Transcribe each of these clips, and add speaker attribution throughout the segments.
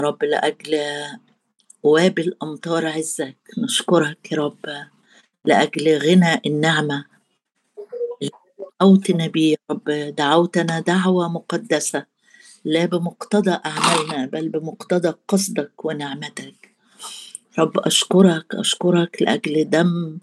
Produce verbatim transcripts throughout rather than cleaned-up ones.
Speaker 1: رب لأجل وابل أمطار عزك، نشكرك يا رب لأجل غنى النعمة اللي دعوتنا بيه يا رب. دعوتنا دعوة مقدسة لا بمقتضى أعمالنا بل بمقتضى قصدك ونعمتك. رب أشكرك أشكرك لأجل دم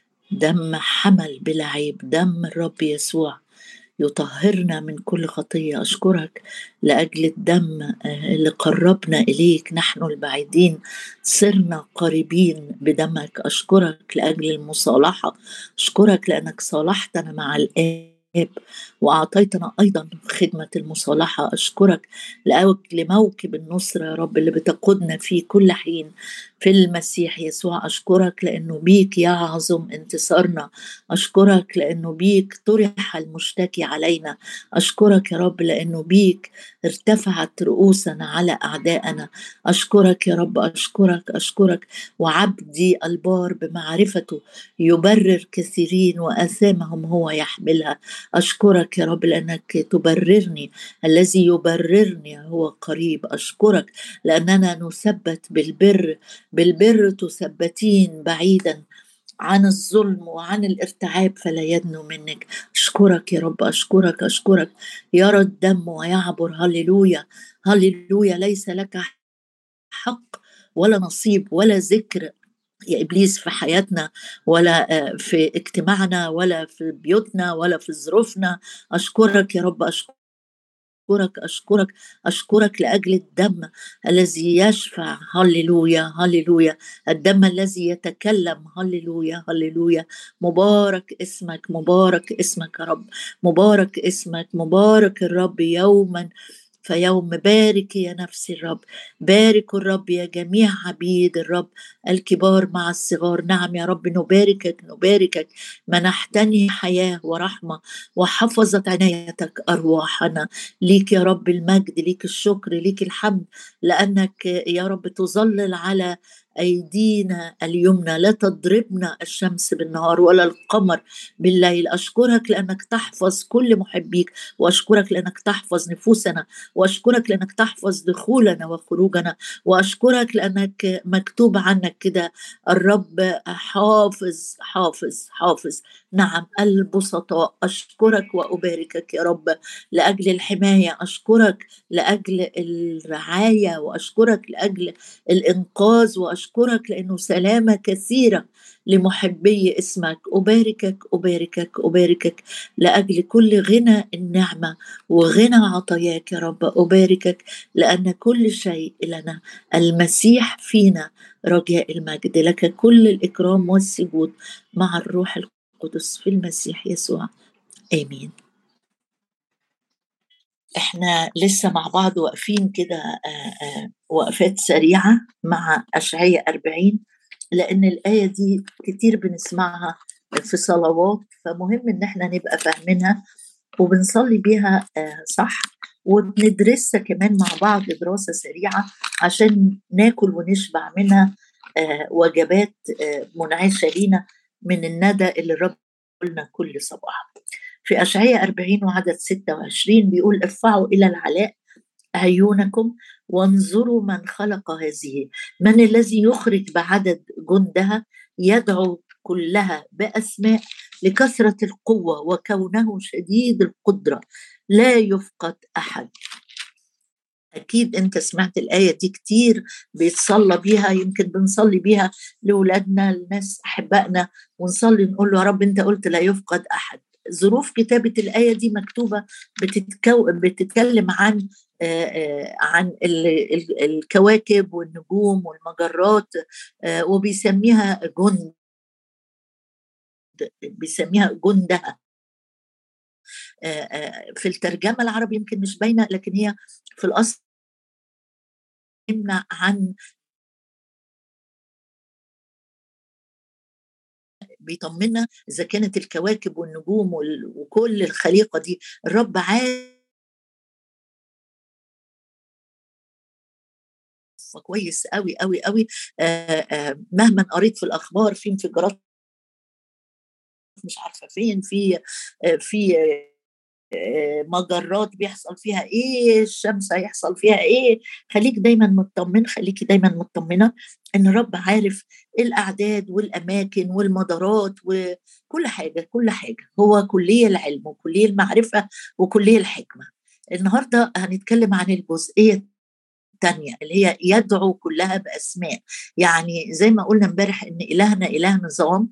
Speaker 1: دم حمل بلا عيب، دم الرب يسوع يطهرنا من كل خطية. أشكرك لأجل الدم اللي قربنا إليك، نحن البعيدين صرنا قريبين بدمك. أشكرك لأجل المصالحة، أشكرك لأنك صالحتنا مع الآب وأعطيتنا أيضا خدمة المصالحة. أشكرك لأجل موكب النصرة يا رب اللي بتقودنا فيه كل حين في المسيح يسوع. أشكرك لأنه بيك يعظم انتصارنا، أشكرك لأنه بيك طرح المشتكي علينا، أشكرك يا رب لأنه بيك ارتفعت رؤوسنا على أعدائنا. أشكرك يا رب أشكرك أشكرك. وعبدي البار بمعرفته يبرر كثيرين وأثامهم هو يحملها. أشكرك يا رب لأنك تبررني، الذي يبررني هو قريب. أشكرك لأننا نثبت بالبر، بالبر تثبتين بعيدا عن الظلم وعن الارتعاب فلا يدنو منك. أشكرك يا رب أشكرك أشكرك. يرى الدم ويعبر، هللويا هللويا. ليس لك حق ولا نصيب ولا ذكر يا إبليس في حياتنا، ولا في اجتماعنا ولا في بيوتنا ولا في ظروفنا. أشكرك يا رب أشكرك أشكرك أشكرك أشكرك لأجل الدم الذي يشفع، هللويا هللويا. الدم الذي يتكلم، هللويا هللويا. مبارك اسمك مبارك اسمك يا رب، مبارك اسمك، مبارك الرب يوما فيوم. بارك يا نفسي الرب، بارك الرب يا جميع عبيد الرب الكبار مع الصغار. نعم يا رب نباركك نباركك. منحتني حياة ورحمة وحفظت عنايتك أرواحنا. ليك يا رب المجد، ليك الشكر، ليك الحمد، لأنك يا رب تظلل على أيدينا اليمنى، لا تضربنا الشمس بالنهار ولا القمر بالليل. أشكرك لأنك تحفظ كل محبيك، وأشكرك لأنك تحفظ نفوسنا، وأشكرك لأنك تحفظ دخولنا وخروجنا، وأشكرك لأنك مكتوب عنك كده الرب حافظ حافظ حافظ. نعم البسطاء. أشكرك وأباركك يا رب لأجل الحماية، أشكرك لأجل الرعاية، وأشكرك لأجل الإنقاذ، وأشكرك لأنه سلامة كثيرة لمحبي اسمك. أباركك أباركك أباركك لأجل كل غنى النعمة وغنى عطاياك يا رب. أباركك لأن كل شيء لنا، المسيح فينا رجاء المجد. لك كل الإكرام والسجود مع الروح القدس في المسيح يسوع، آمين. احنا لسه مع بعض واقفين كده وقفات سريعة مع أشعياء أربعين، لأن الآية دي كتير بنسمعها في صلوات، فمهم إن احنا نبقى فاهمينها وبنصلي بيها صح، وبندرسها كمان مع بعض دراسة سريعة عشان ناكل ونشبع منها وجبات منعشة لينا من الندى اللي الرب قلنا كل صباح. في أشعياء أربعين وعدد ستة وعشرين بيقول: ارفعوا إلى العلاء عيونكم وانظروا من خلق هذه، من الذي يخرج بعدد جندها، يدعو كلها بأسماء لكثرة القوة وكونه شديد القدرة، لا يفقد أحد. أكيد أنت سمعت الآية دي كتير بيتصلى بيها، يمكن بنصلي بيها لأولادنا لناس أحبائنا، ونصلي نقول له يا رب أنت قلت لا يفقد أحد. ظروف كتابة الآية دي مكتوبة بتتكو... بتتكلم عن آآ آآ عن ال... ال... الكواكب والنجوم والمجرات، وبيسميها جند، بيسميها جندها. في الترجمة العربي يمكن مش باينة، لكن هي في الأصل يمنع عن، بيطمنا إذا كانت الكواكب والنجوم وكل الخليقة دي الرب عارف كويس قوي قوي قوي. مهما قريت في الأخبار في انفجارات مش عارفة فين، في في مجرات بيحصل فيها ايه، الشمس هيحصل فيها ايه. خليك دايما مطمن، خليكي دايما مطمنه ان الرب عارف الاعداد والاماكن والمدارات وكل حاجه. كل حاجه هو كليه العلم وكليه المعرفه وكليه الحكمه. النهارده هنتكلم عن الجزئيه الثانيه اللي هي يدعو كلها باسماء. يعني زي ما قلنا امبارح ان الهنا اله نظام،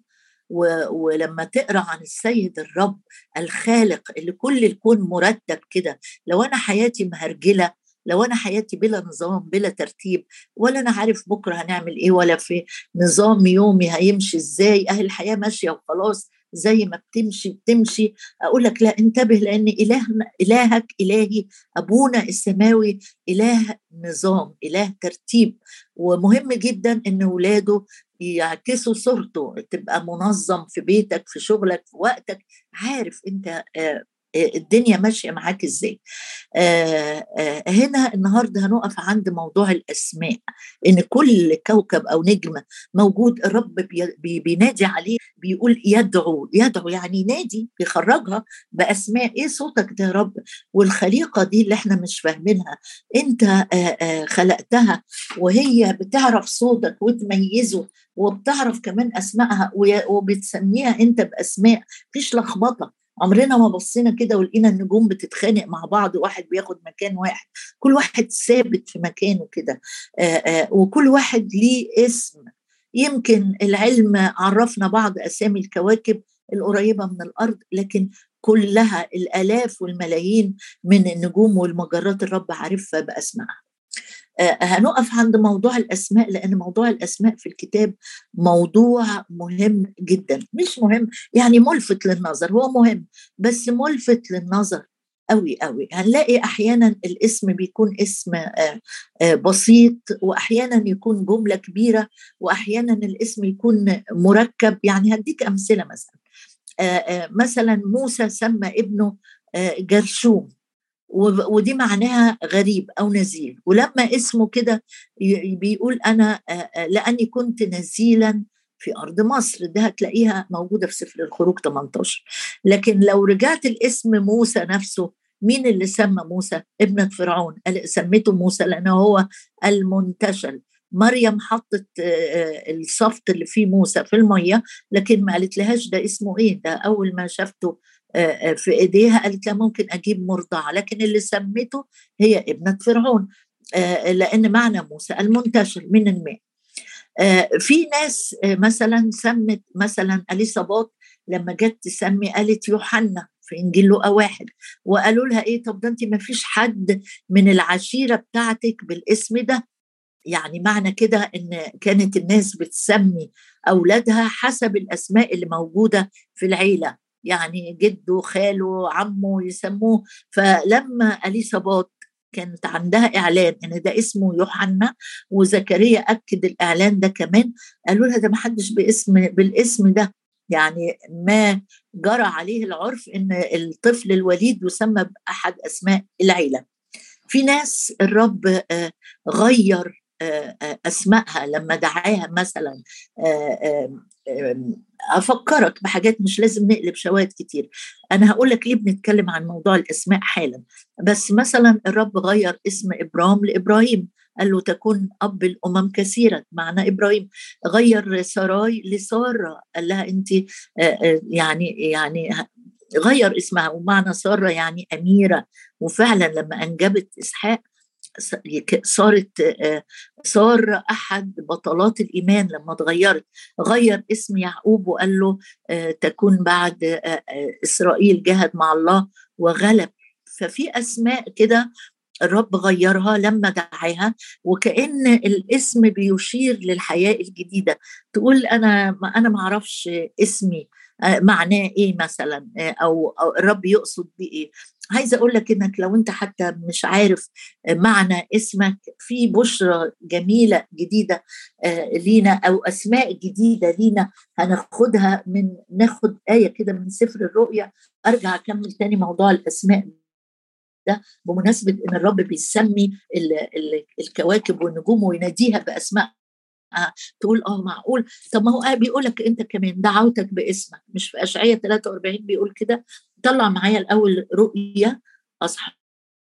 Speaker 1: ولما تقرا عن السيد الرب الخالق اللي كل الكون مرتب كده، لو انا حياتي مهرجله، لو انا حياتي بلا نظام بلا ترتيب، ولا انا عارف بكره هنعمل ايه، ولا في نظام يومي هيمشي ازاي، اهل الحياه ماشيه وخلاص زي ما بتمشي بتمشي، اقول لك لا، انتبه، لان الهنا الهك الهي ابونا السماوي اله نظام، اله ترتيب. ومهم جدا ان ولاده يعكسوا صورته، تبقى منظم في بيتك في شغلك في وقتك، عارف انت الدنيا ماشية معاك ازاي. آه آه هنا النهاردة هنقف عند موضوع الأسماء، إن كل كوكب أو نجمة موجود الرب بي بينادي عليه، بيقول يدعو يدعو يعني ينادي، بيخرجها بأسماء. إيه صوتك ده يا رب؟ والخليقة دي اللي احنا مش فاهمينها أنت آه آه خلقتها، وهي بتعرف صوتك وتميزه، وبتعرف كمان أسمائها وبتسميها أنت بأسماء، مفيش لخبطة. عمرنا ما بصينا كده ولقينا النجوم بتتخانق مع بعض، واحد بياخد مكان واحد، كل واحد ثابت في مكانه كده، وكل واحد ليه اسم. يمكن العلم عرفنا بعض أسامي الكواكب القريبة من الأرض، لكن كلها الآلاف والملايين من النجوم والمجرات الرب عارفها بأسمائها. هنقف عند موضوع الأسماء، لأن موضوع الأسماء في الكتاب موضوع مهم جدا. مش مهم يعني ملفت للنظر، هو مهم بس ملفت للنظر قوي قوي. هنلاقي أحيانا الاسم بيكون اسم بسيط، وأحيانا يكون جملة كبيرة، وأحيانا الاسم يكون مركب. يعني هديك أمثلة، مثلا مثلا موسى سمى ابنه جرشوم، ودي معناها غريب أو نزيل، ولما اسمه كده بيقول أنا لأني كنت نزيلا في أرض مصر، ده هتلاقيها موجودة في سفر الخروج ثمانية عشر. لكن لو رجعت الاسم موسى نفسه، مين اللي سمى موسى؟ ابنة فرعون سميته موسى لأنه هو المنتشل. مريم حطت الصفت اللي فيه موسى في المية، لكن ما قالت لهاش ده اسمه ايه، ده أول ما شافته في ايديها قالت لا ممكن اجيب مرضعه، لكن اللي سمته هي ابنه فرعون، لان معنى موسى المنتشر من الماء. في ناس مثلا سمت، مثلا اليصابات لما جت تسمي قالت يوحنا في انجيل لوقا واحد، وقالوا لها ايه، طب ده انت ما فيش حد من العشيره بتاعتك بالاسم ده. يعني معنى كده ان كانت الناس بتسمي اولادها حسب الاسماء اللي موجوده في العيله، يعني جده خاله عمه يسموه. فلما اليصابات كانت عندها اعلان ان ده اسمه يوحنا، وزكريا اكد الاعلان ده كمان، قالوا لها ده ما حدش باسم بالاسم ده، يعني ما جرى عليه العرف ان الطفل الوليد يسمى باحد اسماء العيله. في ناس الرب غير أسمائها لما دعاها، مثلا أفكرك بحاجات، مش لازم نقلب شواهد كتير، أنا هقول لك ليه بنتكلم عن موضوع الأسماء حالا. بس مثلا الرب غير اسم إبرام لإبراهيم، قال له تكون أب الأمم كثيرة، معنى إبراهيم. غير ساراي لسارة، قال لها أنت يعني يعني غير اسمها، ومعنى سارة يعني أميرة. وفعلا لما أنجبت إسحاق صارت صار أحد بطلات الإيمان لما تغيرت. غير اسم يعقوب وقال له تكون بعد إسرائيل جاهد مع الله وغلب. ففي أسماء كده الرب غيرها لما دعاها، وكأن الاسم بيشير للحياة الجديدة. تقول أنا ما أنا ما أعرفش اسمي معناه إيه مثلا، أو, أو الرب يقصد بإيه. عايزة أقول لك إنك لو أنت حتى مش عارف معنى اسمك، في بشرة جميلة جديدة لينا، أو أسماء جديدة لينا هناخدها من ناخد آية كده من سفر الرؤيا. أرجع أكمل تاني موضوع الأسماء ده بمناسبة إن الرب بيسمي ال ال الكواكب والنجوم ويناديها بأسماء. آه تقول اه معقول، طب ما هو آه بيقول لك انت كمان دعوتك باسمك، مش في اشعياء ثلاثة وأربعين بيقول كده، طلع معايا الأول رؤية أصحاح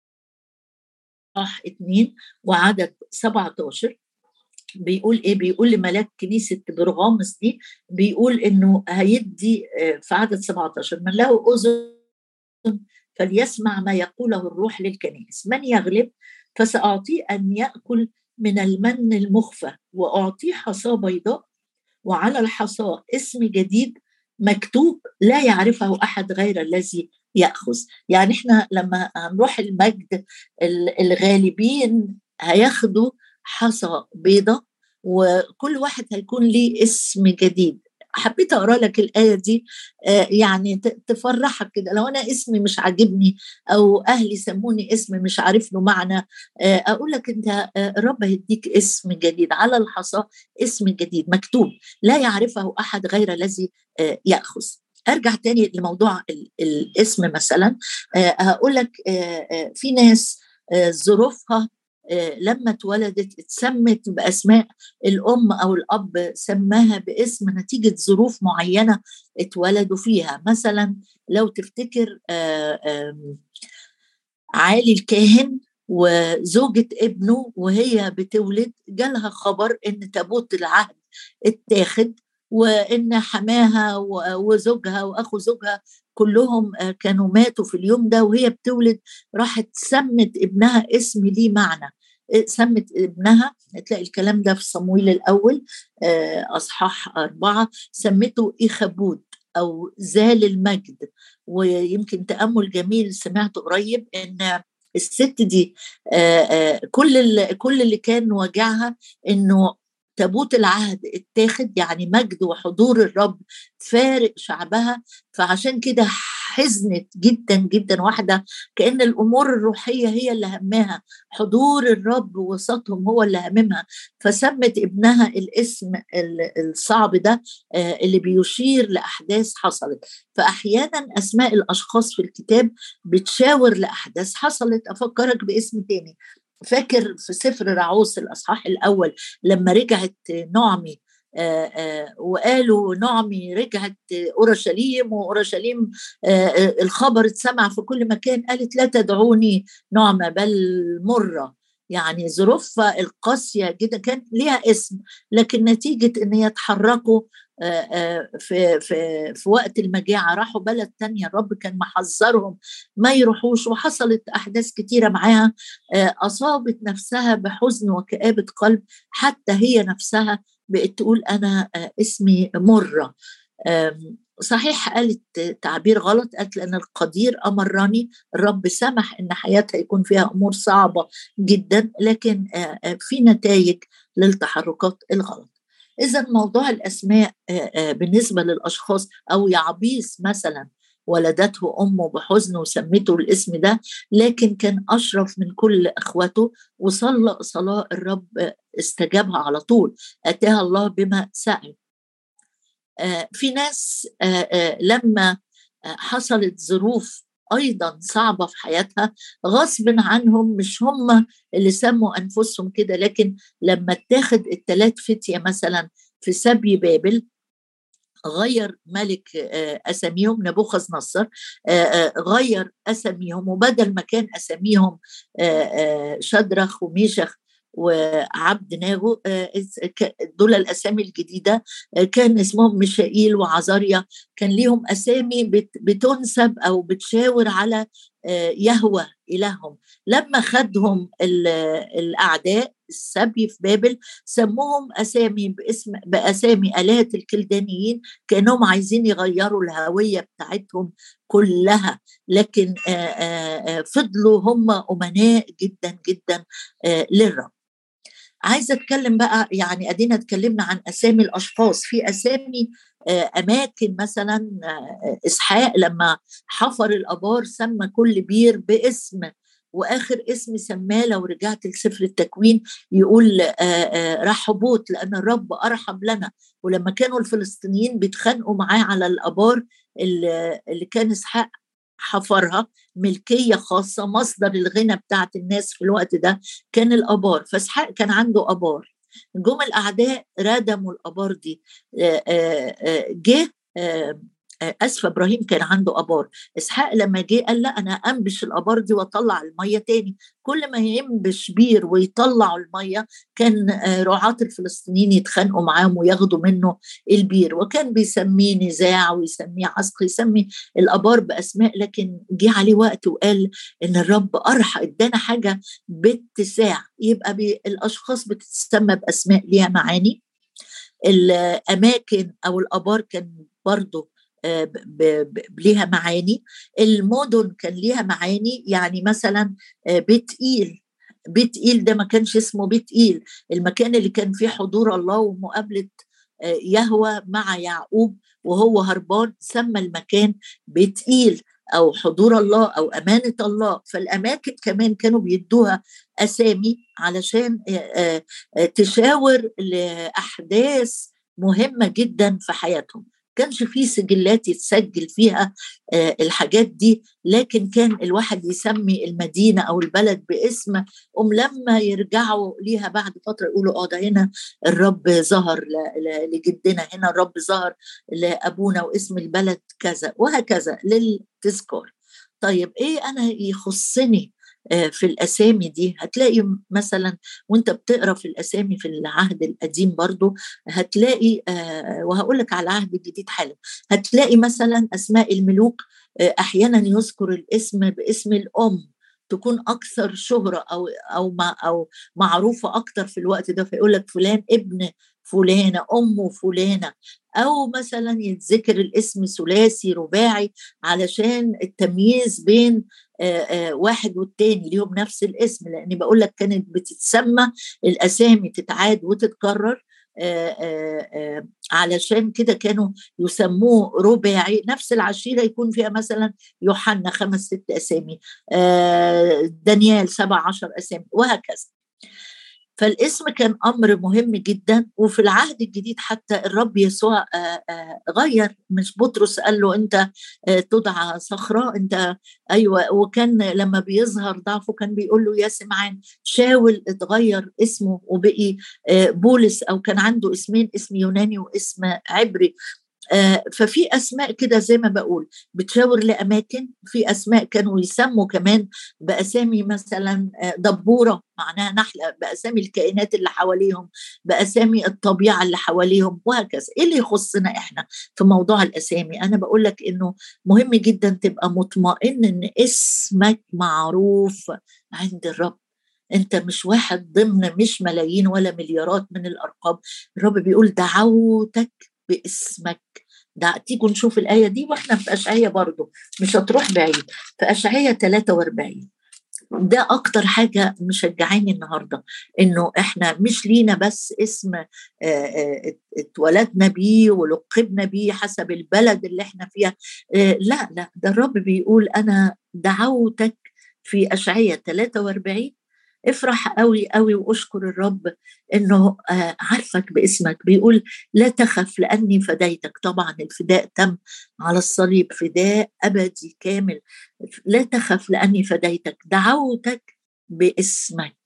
Speaker 1: اتنين وعدد سبعة عشر. بيقول ايه؟ بيقول لملاك كنيسة برغامس دي، بيقول انه هيدي في عدد سبعة عشر: من له اذن فليسمع ما يقوله الروح للكنائس، من يغلب فسأعطيه أن يأكل من المن المخفى، وأعطيه حصاة بيضاء وعلى الحصاة اسم جديد مكتوب لا يعرفه أحد غير الذي يأخذ. يعني احنا لما هنروح المجد الغالبين هياخدوا حصى بيضة، وكل واحد هيكون ليه اسم جديد. حبيت اقرا لك الايه دي آه يعني تفرحك كده. لو انا اسمي مش عاجبني او اهلي سموني اسم مش عارف له معنى، آه اقول لك انت آه الرب هيديك اسم جديد على الحصى، اسم جديد مكتوب لا يعرفه احد غير الذي آه ياخذ. ارجع تاني لموضوع الاسم مثلا. آه هقول لك آه آه في ناس آه ظروفها لما اتولدت اتسمت بأسماء الأم أو الأب سماها باسم نتيجة ظروف معينة اتولدوا فيها. مثلا لو تفتكر عالي الكاهن وزوجة ابنه وهي بتولد جالها خبر ان تابوت العهد اتاخد، وان حماها وزوجها واخو زوجها كلهم كانوا ماتوا في اليوم ده، وهي بتولد راحت سمت ابنها اسم ليه معنى. سمت ابنها، تلاقي الكلام ده في صمويل الأول أصحاح أربعة، سمته إيخابود أو زال المجد. ويمكن تأمل جميل سمعته قريب إن الست دي كل اللي كل اللي كان وجعها إنه تابوت العهد اتاخد، يعني مجد وحضور الرب فارق شعبها، فعشان كده حزنت جدا جدا. واحدة كأن الأمور الروحية هي اللي همها، حضور الرب وسطهم هو اللي هممها، فسمت ابنها الاسم الصعب ده اللي بيشير لأحداث حصلت. فأحيانا أسماء الأشخاص في الكتاب بتشاور لأحداث حصلت. أفكرك باسم تاني، فاكر في سفر رعوس الأصحاح الأول لما رجعت نعمي آآ آآ وقالوا نعمي رجعت أورشليم، وأورشليم الخبر اتسمع في كل مكان، قالت لا تدعوني نعمة بل مرة. يعني ظروفها القاسية جدا كان ليها اسم، لكن نتيجة ان يتحركوا في في في وقت المجاعة راحوا بلد تانية الرب كان محذرهم ما يروحوش، وحصلت أحداث كتيرة معاها أصابت نفسها بحزن وكآبة قلب، حتى هي نفسها بقت تقول أنا اسمي مرة. صحيح قالت تعبير غلط، قالت لأن القدير أمرني، الرب سمح إن حياتها يكون فيها أمور صعبة جدا، لكن في نتائج للتحركات الغلط. إذا موضوع الأسماء بالنسبة للأشخاص، أو يعبيس مثلا ولدته أمه بحزن وسمته الاسم ده، لكن كان أشرف من كل أخواته وصلى صلاة الرب استجابها على طول، أتاها الله بما سأل. آه في ناس آه آه لما آه حصلت ظروف أيضا صعبة في حياتها غصب عنهم، مش هم اللي سموا أنفسهم كده، لكن لما اتاخد الثلاث فتية مثلا في سبي بابل غير ملك أساميهم نبوخذ نصر، غير أساميهم، وبدل ما كان أساميهم شدرخ وميشخ وعبد ناغو دول الأسامي الجديدة، كان اسمهم ميشائيل وعزاريا، كان ليهم أسامي بتنسب أو بتشاور على يهوه إلههم. لما خدهم الأعداء السبي في بابل سموهم أسامي باسم بأسامي آلهة الكلدانيين، كأنهم عايزين يغيروا الهوية بتاعتهم كلها، لكن آآ آآ فضلوا هم أمناء جدا جدا للرب. عايزة أتكلم بقى، يعني أدينا اتكلمنا عن أسامي الأشخاص، في أسامي أماكن مثلا إسحاق لما حفر الأبار سمى كل بير باسم، وآخر اسم سماه لو رجعت لسفر التكوين يقول رحبوت لأن الرب أرحب لنا. ولما كانوا الفلسطينيين بيتخانقوا معاه على الأبار اللي كان إسحاق حفرها، ملكية خاصة، مصدر الغنى بتاعت الناس في الوقت ده كان الأبار، فإسحاق كان عنده أبار. جم الأعداء ردموا الأبار دي، جه اسفه ابراهيم كان عنده ابار. اسحاق لما جه قال لا انا انبش الابار دي واطلع الميه تاني. كل ما ينبش بير ويطلعوا الميه كان رعاة الفلسطينيين يتخانقوا معاهم وياخدوا منه البير، وكان بيسميه نزاع ويسميه عسق، يسمي الابار باسماء. لكن جه عليه وقت وقال ان الرب ارحى ادانا حاجه باتساع، يبقى الاشخاص بتتسمى باسماء ليها معاني. الاماكن او الابار كان برضو ليها معاني. المدن كان ليها معاني، يعني مثلا بيت إيل، بيت إيل ده ما كانش اسمه بيت إيل، المكان اللي كان فيه حضور الله ومقابلة يهوه مع يعقوب وهو هربان، سمى المكان بيت إيل أو حضور الله أو أمانة الله. فالأماكن كمان كانوا بيدوها أسامي علشان تشاور لأحداث مهمة جدا في حياتهم. كانش فيه سجلات يتسجل فيها آه الحاجات دي، لكن كان الواحد يسمي المدينة أو البلد باسم، أم لما يرجعوا ليها بعد فترة يقولوا آه ده هنا الرب ظهر لجدنا، هنا الرب ظهر لأبونا، واسم البلد كذا، وهكذا للتذكار. طيب إيه أنا يخصني في الأسامي دي؟ هتلاقي مثلا وانت بتقرأ في الأسامي في العهد القديم برضو هتلاقي آه وهقول لك على العهد الجديد حالا، هتلاقي مثلا أسماء الملوك آه أحيانا يذكر الاسم باسم الأم، تكون أكثر شهرة أو أو مع أو معروفة أكثر في الوقت ده، فيقول لك فلان ابن فلانة أم فلانة. أو مثلا يتذكر الاسم ثلاثي رباعي علشان التمييز بين آآ آآ واحد والتاني ليهم نفس الاسم، لأني بقول لك كانت بتتسمى الأسامي تتعاد وتتكرر آآ آآ علشان كده كانوا يسموه رباعي. نفس العشيرة يكون فيها مثلا يوحنا خمس ست أسامي، دانيال سبع عشر أسامي، وهكذا. فالاسم كان أمر مهم جدا. وفي العهد الجديد حتى الرب يسوع غير، مش بطرس قال له أنت تدعى صخرة أنت، أيوة، وكان لما بيظهر ضعفه كان بيقول له يا سمعان شاول اتغير اسمه وبقي بولس، أو كان عنده اسمين، اسم يوناني واسم عبري. آه ففي أسماء كده زي ما بقول بتشاور لأماكن. في أسماء كانوا يسموا كمان بأسامي مثلا دبورة معناها نحلة، بأسامي الكائنات اللي حواليهم، بأسامي الطبيعة اللي حواليهم، وهكذا. إيه اللي يخصنا إحنا في موضوع الأسامي؟ أنا بقول لك إنه مهم جدا تبقى مطمئن إن اسمك معروف عند الرب. انت مش واحد ضمن مش ملايين ولا مليارات من الارقام. الرب بيقول دعوتك باسمك. ده تيجوا نشوف الآية دي واحنا في أشعية برضو، مش هتروح بعيد، في أشعية ثلاثة وأربعين. ده أكتر حاجة مشجعاني النهاردة، إنه إحنا مش لينا بس اسم اتولدنا بيه ولقبنا بيه حسب البلد اللي إحنا فيها، لا لا، ده الرب بيقول أنا دعوتك في أشعية ثلاثة وأربعين. افرح قوي قوي واشكر الرب انه عارفك باسمك. بيقول لا تخف لاني فديتك. طبعا الفداء تم على الصليب، فداء ابدي كامل. لا تخف لاني فديتك، دعوتك باسمك،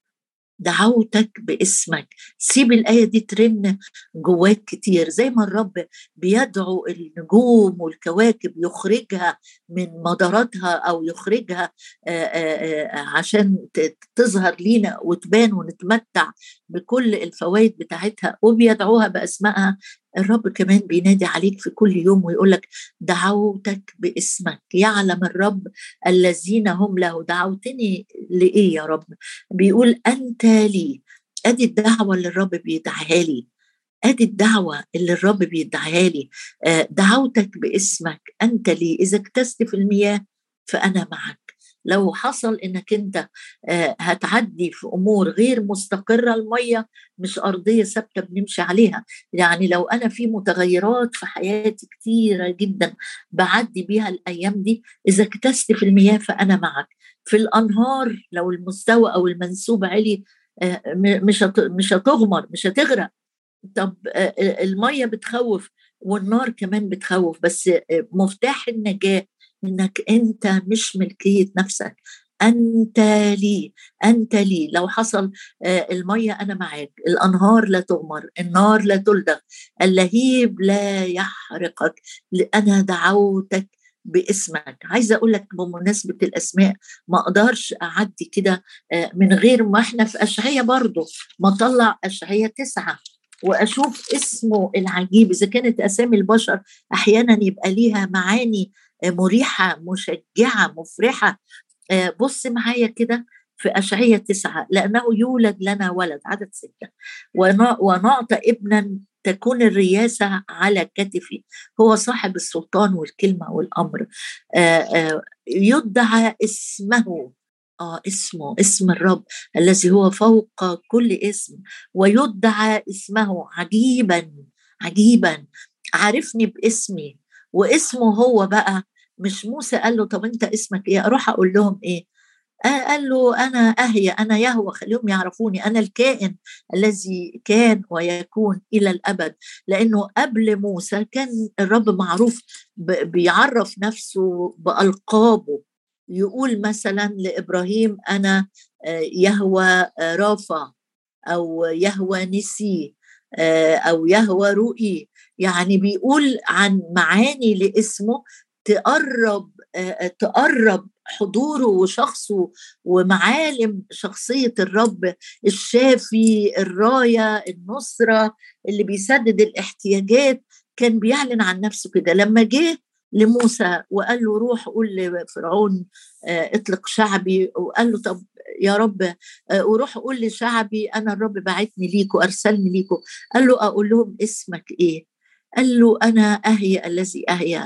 Speaker 1: دعوتك باسمك. سيب الآية دي ترن جواك كتير، زي ما الرب بيدعو النجوم والكواكب يخرجها من مداراتها أو يخرجها آآ آآ عشان تظهر لينا وتبان ونتمتع بكل الفوائد بتاعتها، وبيدعوها بأسمائها. الرب كمان بينادي عليك في كل يوم ويقولك دعوتك باسمك. يعلم الرب الذين هم له. دعوتني لإيه يا رب؟ بيقول أنت لي. أدي الدعوة اللي الرب بيدعها لي، أدي الدعوة اللي الرب بيدعها لي. دعوتك باسمك، أنت لي. إذا اكتست في المياه فأنا معك. لو حصل إنك أنت هتعدي في أمور غير مستقرة، المية مش أرضية ثابتة بنمشي عليها. يعني لو أنا في متغيرات في حياتي كتيرة جدا بعدي بيها الأيام دي، إذا اكتست في المياه فأنا معك. في الأنهار لو المستوى أو المنسوب علي مش مش هتغمر، مش هتغرق. طب المية بتخوف والنار كمان بتخوف، بس مفتاح النجاة انك انت مش ملكية نفسك، أنت لي، أنت لي. لو حصل آه، المية أنا معاك، الأنهار لا تغمر، النار لا تلدغ، اللهيب لا يحرقك، أنا دعوتك باسمك. عايزة أقول لك بمناسبة الأسماء، ما أقدرش أعدي كده آه، من غير ما إحنا في أشعية برضو، ما أطلع أشعية تسعة وأشوف اسمه العجيب. إذا كانت أسامي البشر أحيانا يبقى ليها معاني آه، مريحة مشجعة مفرحة، آه، بص معايا كده في أشعية تسعة: لأنه يولد لنا ولد، عدد ستة، ون- ونعطى ابنا تكون الرياسة على كتفه، هو صاحب السلطان والكلمة والأمر. آه، آه، يدعى اسمه، آه اسمه اسم الرب الذي هو فوق كل اسم، ويدعى اسمه عجيبا. عجيبا، عارفني باسمي واسمه هو بقى. مش موسى قال له طب انت اسمك ايه، اروح اقول لهم ايه؟ آه قال له انا اهيا، انا يهوه، خليهم يعرفوني، انا الكائن الذي كان ويكون الى الابد. لانه قبل موسى كان الرب معروف ب- بيعرف نفسه بالقابه. يقول مثلا لابراهيم انا آه، يهوه آه، رافع، او يهوى نسي، آه، او يهوى رؤي. يعني بيقول عن معاني لاسمه تقرب آه، تقرب حضوره وشخصه ومعالم شخصية الرب: الشافي، الراية، النصرة، اللي بيسدد الاحتياجات. كان بيعلن عن نفسه كده. لما جه لموسى وقال له روح قول لفرعون آه، اطلق شعبي، وقال له طب يا رب آه، وروح قول لشعبي انا الرب بعتني ليكوا وارسلني ليكوا، قال له اقول لهم اسمك ايه؟ قال له انا اهيا الذي اهيا،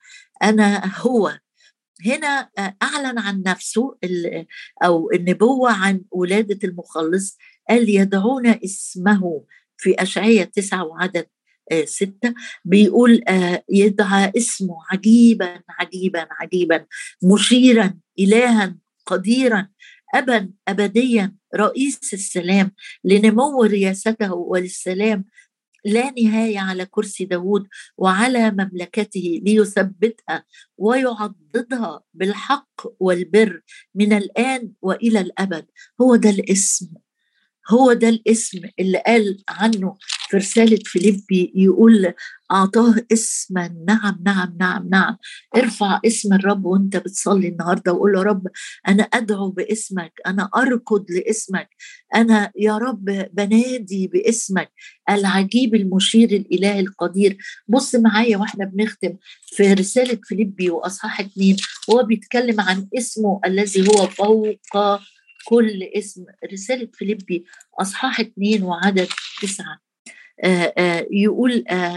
Speaker 1: انا هو. هنا آه، اعلن عن نفسه او النبوه عن ولاده المخلص. قال يدعون اسمه في اشعياء تسعة وعدد آه، ستة، بيقول آه، يدعى اسمه عجيبا عجيبا عجيبا، مشيرا، إلها، قديرا، أبا أبديا، رئيس السلام، لنمو رياسته وللسلام لا نهاية على كرسي داود وعلى مملكته، ليثبتها ويعضدها بالحق والبر من الآن وإلى الأبد. هو ده الاسم، هو ده الاسم اللي قال عنه في رسالة فيليبي، يقول أعطاه اسما. نعم نعم نعم نعم. ارفع اسم الرب وانت بتصلي النهاردة وقول له رب أنا أدعو باسمك، أنا أركض لاسمك، أنا يا رب بنادي باسمك العجيب المشير الإله القدير. بص معايا واحنا بنختم في رسالة فيليبي وأصحاح اتنين، هو بيتكلم عن اسمه الذي هو فوق كل اسم. رسالة فيليبي أصحاح اتنين وعدد تسعة، آآ آآ يقول آآ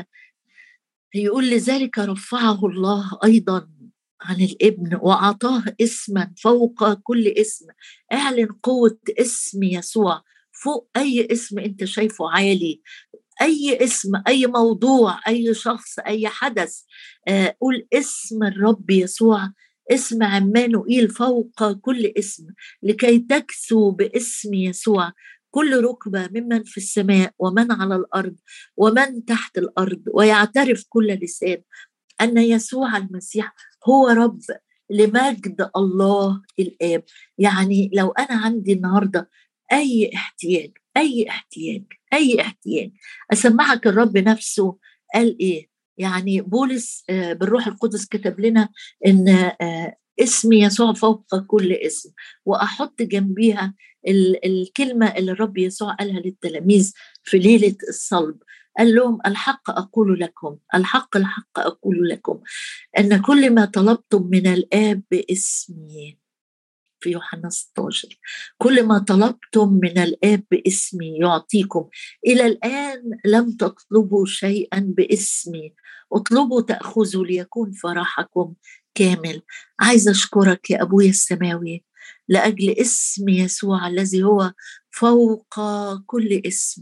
Speaker 1: يقول لذلك رفعه الله أيضا عن الابن وأعطاه اسما فوق كل اسم. اعلن قوة اسم يسوع فوق أي اسم أنت شايفه عالي، أي اسم، أي موضوع، أي شخص، أي حدث. آه، قول اسم الرب يسوع، اسم عمانوئيل فوق كل اسم، لكي تكسو باسم يسوع كل ركبة ممن في السماء ومن على الأرض ومن تحت الأرض، ويعترف كل لسان أن يسوع المسيح هو رب، لمجد الله الآب. يعني لو أنا عندي النهاردة أي احتياج، أي احتياج، أي احتياج، أسمعك الرب نفسه قال إيه. يعني بولس آه، بالروح القدس كتب لنا إن آه، اسم يسوع فوق كل اسم، وأحط جنبيها ال- الكلمة اللي الرب يسوع قالها للتلاميذ في ليلة الصلب. قال لهم الحق أقول لكم، الحق الحق أقول لكم، أن كل ما طلبتم من الآب باسمي، في يوحنا ستاشر، كل ما طلبتم من الآب باسمي يعطيكم. إلى الآن لم تطلبوا شيئا باسمي، اطلبوا تأخذوا ليكون فرحكم كامل. عايزة أشكرك يا أبويا السماوي لأجل اسم يسوع الذي هو فوق كل اسم.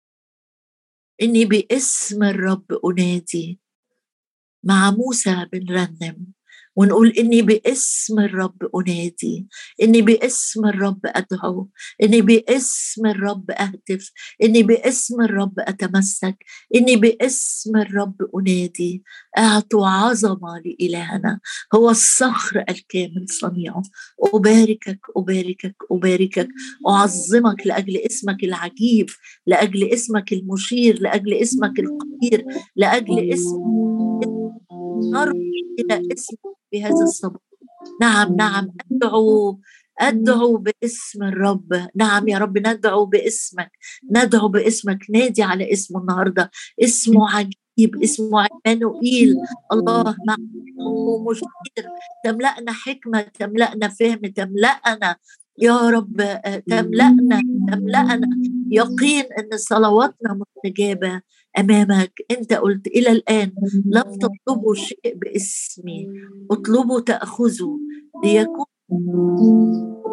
Speaker 1: إني باسم الرب أنادي، مع موسى بنرنم ونقول إني باسم الرب أنادي، إني باسم الرب أدعو، إني باسم الرب أهتف، إني باسم الرب أتمسك، إني باسم الرب أنادي. أعطوا عظمة لإلهنا، هو الصخر الكامل صنيعه. أباركك أباركك أباركك، أعظمك لأجل اسمك العجيب، لأجل اسمك المشير، لأجل اسمك القدير، لأجل اسم نرجو إلى اسمك في هذا الصباح. نعم نعم، أدعو أدعو باسم الرب. نعم يا رب، ندعو باسمك، ندعو باسمك. نادي على اسمه النهاردة، اسمه عجيب، اسمه عمانوئيل، الله معنا، اسمه مشير. تملأنا حكمة، تملأنا فهم، تملأنا يا رب، تملأنا تملأنا يقين أن صلواتنا مستجابة أمامك. أنت قلت إلى الآن لم تطلبوا شيء باسمي، اطلبوا تأخذوا ليكون